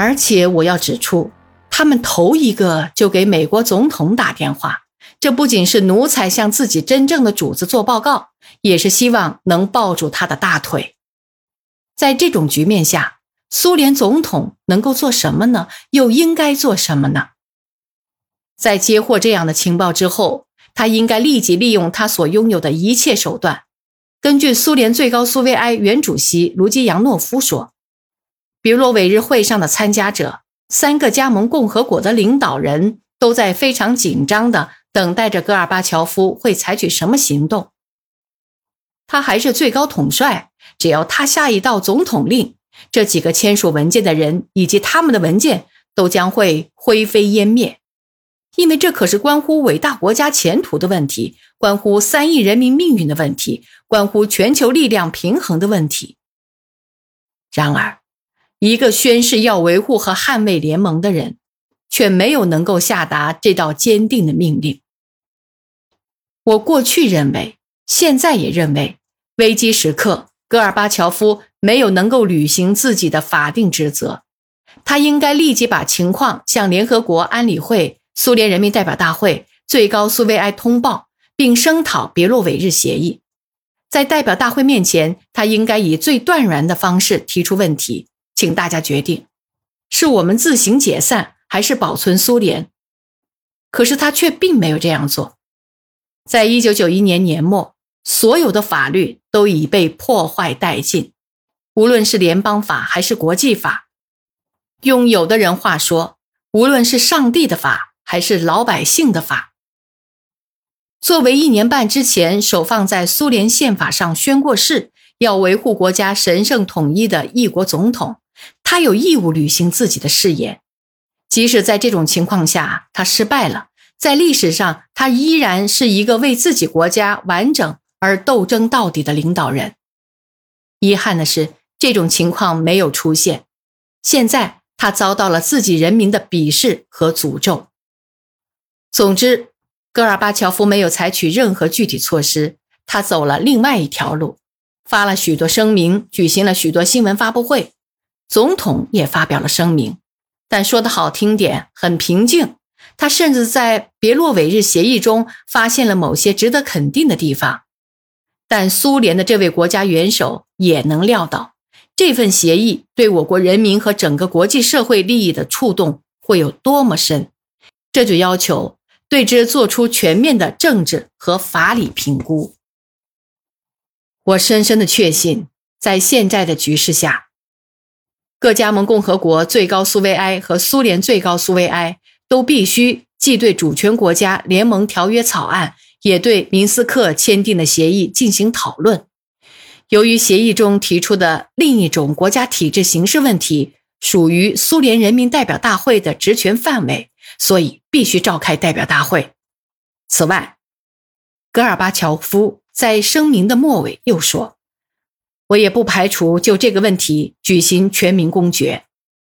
而且我要指出，他们头一个就给美国总统打电话，这不仅是奴才向自己真正的主子做报告，也是希望能抱住他的大腿。在这种局面下，苏联总统能够做什么呢？又应该做什么呢？在接获这样的情报之后，他应该立即利用他所拥有的一切手段。根据苏联最高苏维埃原主席卢基扬诺夫说，别洛韦日会上的参加者，3个加盟共和国的领导人都在非常紧张地等待着戈尔巴乔夫会采取什么行动。他还是最高统帅，只要他下一道总统令，这几个签署文件的人以及他们的文件都将会灰飞烟灭。因为这可是关乎伟大国家前途的问题，关乎3亿人民命运的问题，关乎全球力量平衡的问题。然而，一个宣誓要维护和捍卫联盟的人，却没有能够下达这道坚定的命令。我过去认为，现在也认为，危机时刻，戈尔巴乔夫没有能够履行自己的法定职责，他应该立即把情况向联合国安理会、苏联人民代表大会、最高苏维埃通报，并声讨别洛韦日协议。在代表大会面前，他应该以最断然的方式提出问题，请大家决定，是我们自行解散，还是保存苏联？可是他却并没有这样做。在1991年年末，所有的法律都已被破坏殆尽，无论是联邦法还是国际法。用有的人话说，无论是上帝的法还是老百姓的法。作为1年半之前首放在苏联宪法上宣过誓，要维护国家神圣统一的一国总统，他有义务履行自己的誓言。即使在这种情况下他失败了，在历史上他依然是一个为自己国家完整而斗争到底的领导人。遗憾的是，这种情况没有出现。现在他遭到了自己人民的鄙视和诅咒。总之，戈尔巴乔夫没有采取任何具体措施，他走了另外一条路，发了许多声明，举行了许多新闻发布会，总统也发表了声明，但说得好听点，很平静。他甚至在别洛韦日协议中发现了某些值得肯定的地方。但苏联的这位国家元首也能料到，这份协议对我国人民和整个国际社会利益的触动会有多么深，这就要求对之做出全面的政治和法理评估。我深深地确信，在现在的局势下，各加盟共和国最高苏维埃和苏联最高苏维埃都必须既对主权国家联盟条约草案，也对明斯克签订的协议进行讨论。由于协议中提出的另一种国家体制形式问题属于苏联人民代表大会的职权范围，所以必须召开代表大会。此外，戈尔巴乔夫在声明的末尾又说，我也不排除就这个问题举行全民公决。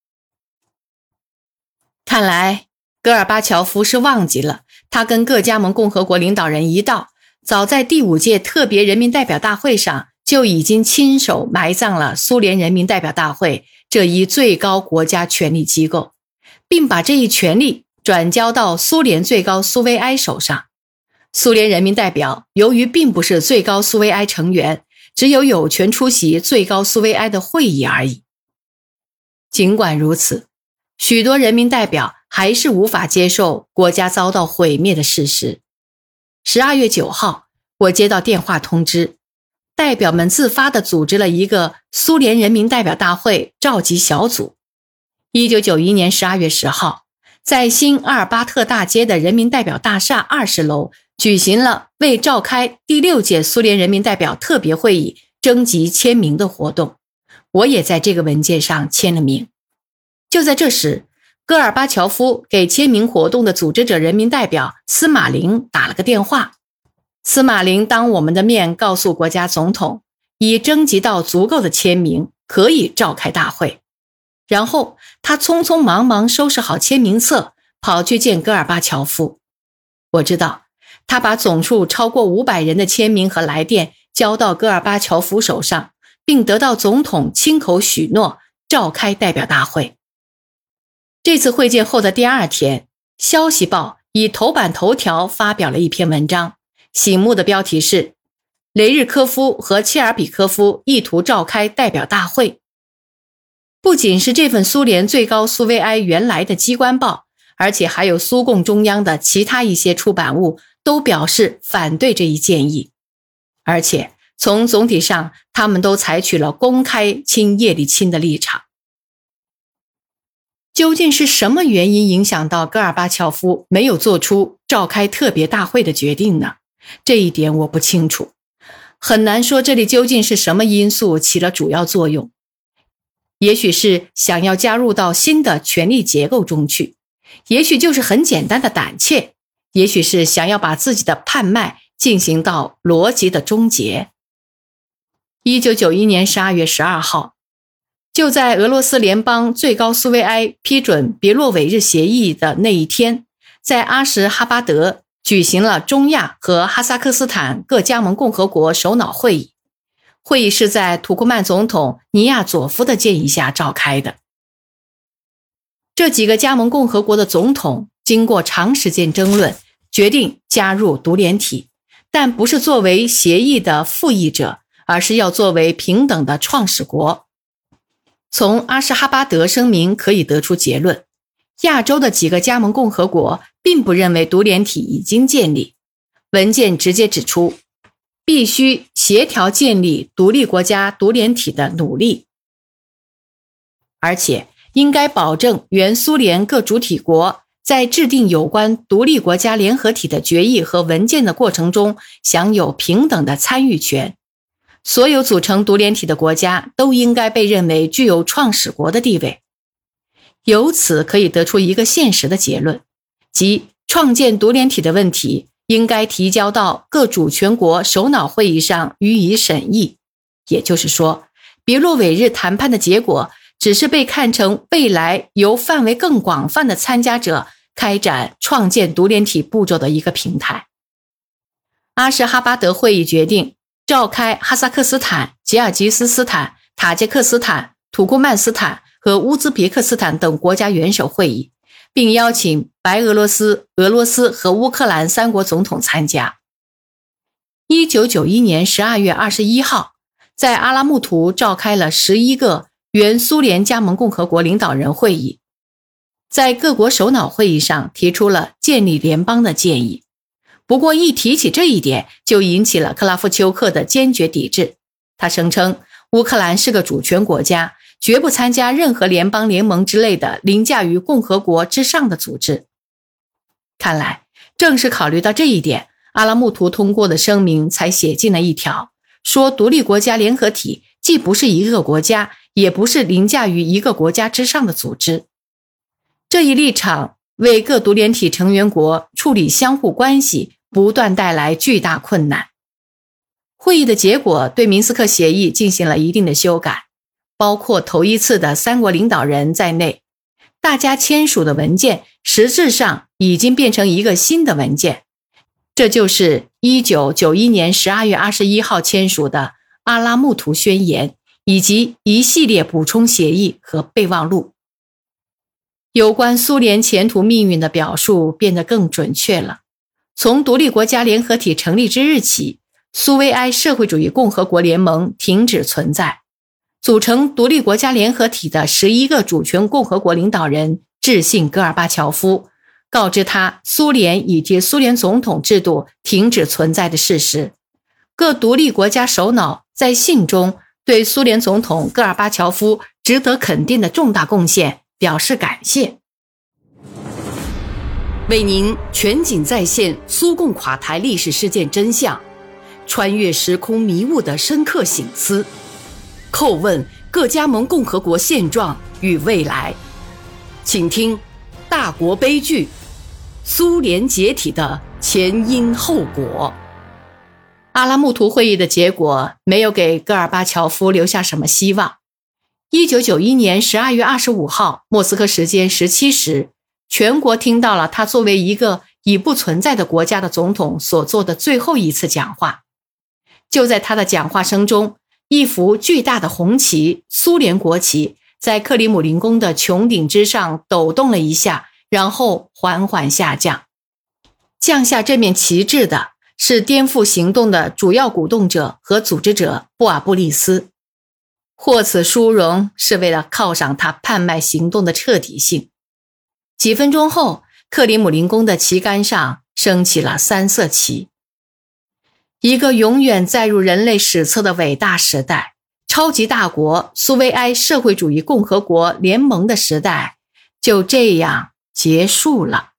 看来戈尔巴乔夫是忘记了，他跟各加盟共和国领导人一道，早在第5届特别人民代表大会上就已经亲手埋葬了苏联人民代表大会这一最高国家权力机构，并把这一权力转交到苏联最高苏维埃手上。苏联人民代表由于并不是最高苏维埃成员，只有权出席最高苏维埃的会议而已。尽管如此，许多人民代表还是无法接受国家遭到毁灭的事实。12月9号，我接到电话通知，代表们自发地组织了一个苏联人民代表大会召集小组。1991年12月10号，在新阿尔巴特大街的人民代表大厦20楼举行了为召开第6届苏联人民代表特别会议征集签名的活动，我也在这个文件上签了名。就在这时，戈尔巴乔夫给签名活动的组织者人民代表司马林打了个电话。司马林当我们的面告诉国家总统，已征集到足够的签名，可以召开大会。然后他匆匆忙忙收拾好签名册，跑去见戈尔巴乔夫。我知道他把总数超过500人的签名和来电交到戈尔巴乔夫手上，并得到总统亲口许诺召开代表大会。 这次会见后的第2天，《消息报》以头版头条发表了一篇文章，醒目的标题是雷日科夫和切尔比科夫意图召开代表大会。不仅是这份苏联最高苏维埃原来的机关报，而且还有苏共中央的其他一些出版物都表示反对这一建议，而且从总体上他们都采取了公开亲叶利钦的立场。究竟是什么原因影响到戈尔巴乔夫没有做出召开特别大会的决定呢？这一点我不清楚，很难说这里究竟是什么因素起了主要作用。也许是想要加入到新的权力结构中去，也许就是很简单的胆怯，也许是想要把自己的判脉进行到逻辑的终结。1991年12月12号，就在俄罗斯联邦最高苏维埃批准别洛韦日协议的那一天，在阿什哈巴德举行了中亚和哈萨克斯坦各加盟共和国首脑会议。会议是在土库曼总统尼亚佐夫的建议下召开的。这几个加盟共和国的总统经过长时间争论，决定加入独联体，但不是作为协议的附议者，而是要作为平等的创始国。从阿什哈巴德声明可以得出结论，亚洲的几个加盟共和国并不认为独联体已经建立。文件直接指出，必须协调建立独立国家独联体的努力，而且应该保证原苏联各主体国在制定有关独立国家联合体的决议和文件的过程中享有平等的参与权。所有组成独联体的国家都应该被认为具有创始国的地位。由此可以得出一个现实的结论，即创建独联体的问题应该提交到各主权国首脑会议上予以审议。也就是说，别洛韦日谈判的结果只是被看成未来由范围更广泛的参加者开展创建独联体步骤的一个平台。阿什哈巴德会议决定召开哈萨克斯坦、吉尔吉斯斯坦、塔吉克斯坦、土库曼斯坦和乌兹别克斯坦等国家元首会议，并邀请白俄罗斯、俄罗斯和乌克兰3国总统参加。1991年12月21号，在阿拉木图召开了11个原苏联加盟共和国领导人会议，在各国首脑会议上提出了建立联邦的建议。不过一提起这一点，就引起了克拉夫丘克的坚决抵制。他声称乌克兰是个主权国家，绝不参加任何联邦联盟之类的凌驾于共和国之上的组织。看来正是考虑到这一点，阿拉木图通过的声明才写进了一条，说独立国家联合体既不是一个国家，也不是凌驾于一个国家之上的组织。这一立场为各独联体成员国处理相互关系不断带来巨大困难。会议的结果对明斯克协议进行了一定的修改，包括头一次的3国领导人在内，大家签署的文件实质上已经变成一个新的文件，这就是1991年12月21号签署的阿拉木图宣言以及一系列补充协议和备忘录。有关苏联前途命运的表述变得更准确了。从独立国家联合体成立之日起，苏维埃社会主义共和国联盟停止存在。组成独立国家联合体的11个主权共和国领导人致信戈尔巴乔夫，告知他苏联以及苏联总统制度停止存在的事实。各独立国家首脑在信中对苏联总统戈尔巴乔夫值得肯定的重大贡献表示感谢。为您全景再现苏共垮台历史事件真相，穿越时空迷雾的深刻省思，叩问各加盟共和国现状与未来。请听大国悲剧，苏联解体的前因后果。阿拉木图会议的结果没有给戈尔巴乔夫留下什么希望。1991年12月25号莫斯科时间17时，全国听到了他作为一个已不存在的国家的总统所做的最后一次讲话。就在他的讲话声中，一幅巨大的红旗，苏联国旗， 在克里姆林宫的穹顶之上抖动了一下，然后缓缓下降。降下这面旗帜的是颠覆行动的主要鼓动者和组织者布尔布利斯，获此殊荣是为了犒赏他叛卖行动的彻底性。几分钟后，克里姆林宫的旗杆上升起了3色旗。一个永远载入人类史册的伟大时代，超级大国苏维埃社会主义共和国联盟的时代就这样结束了。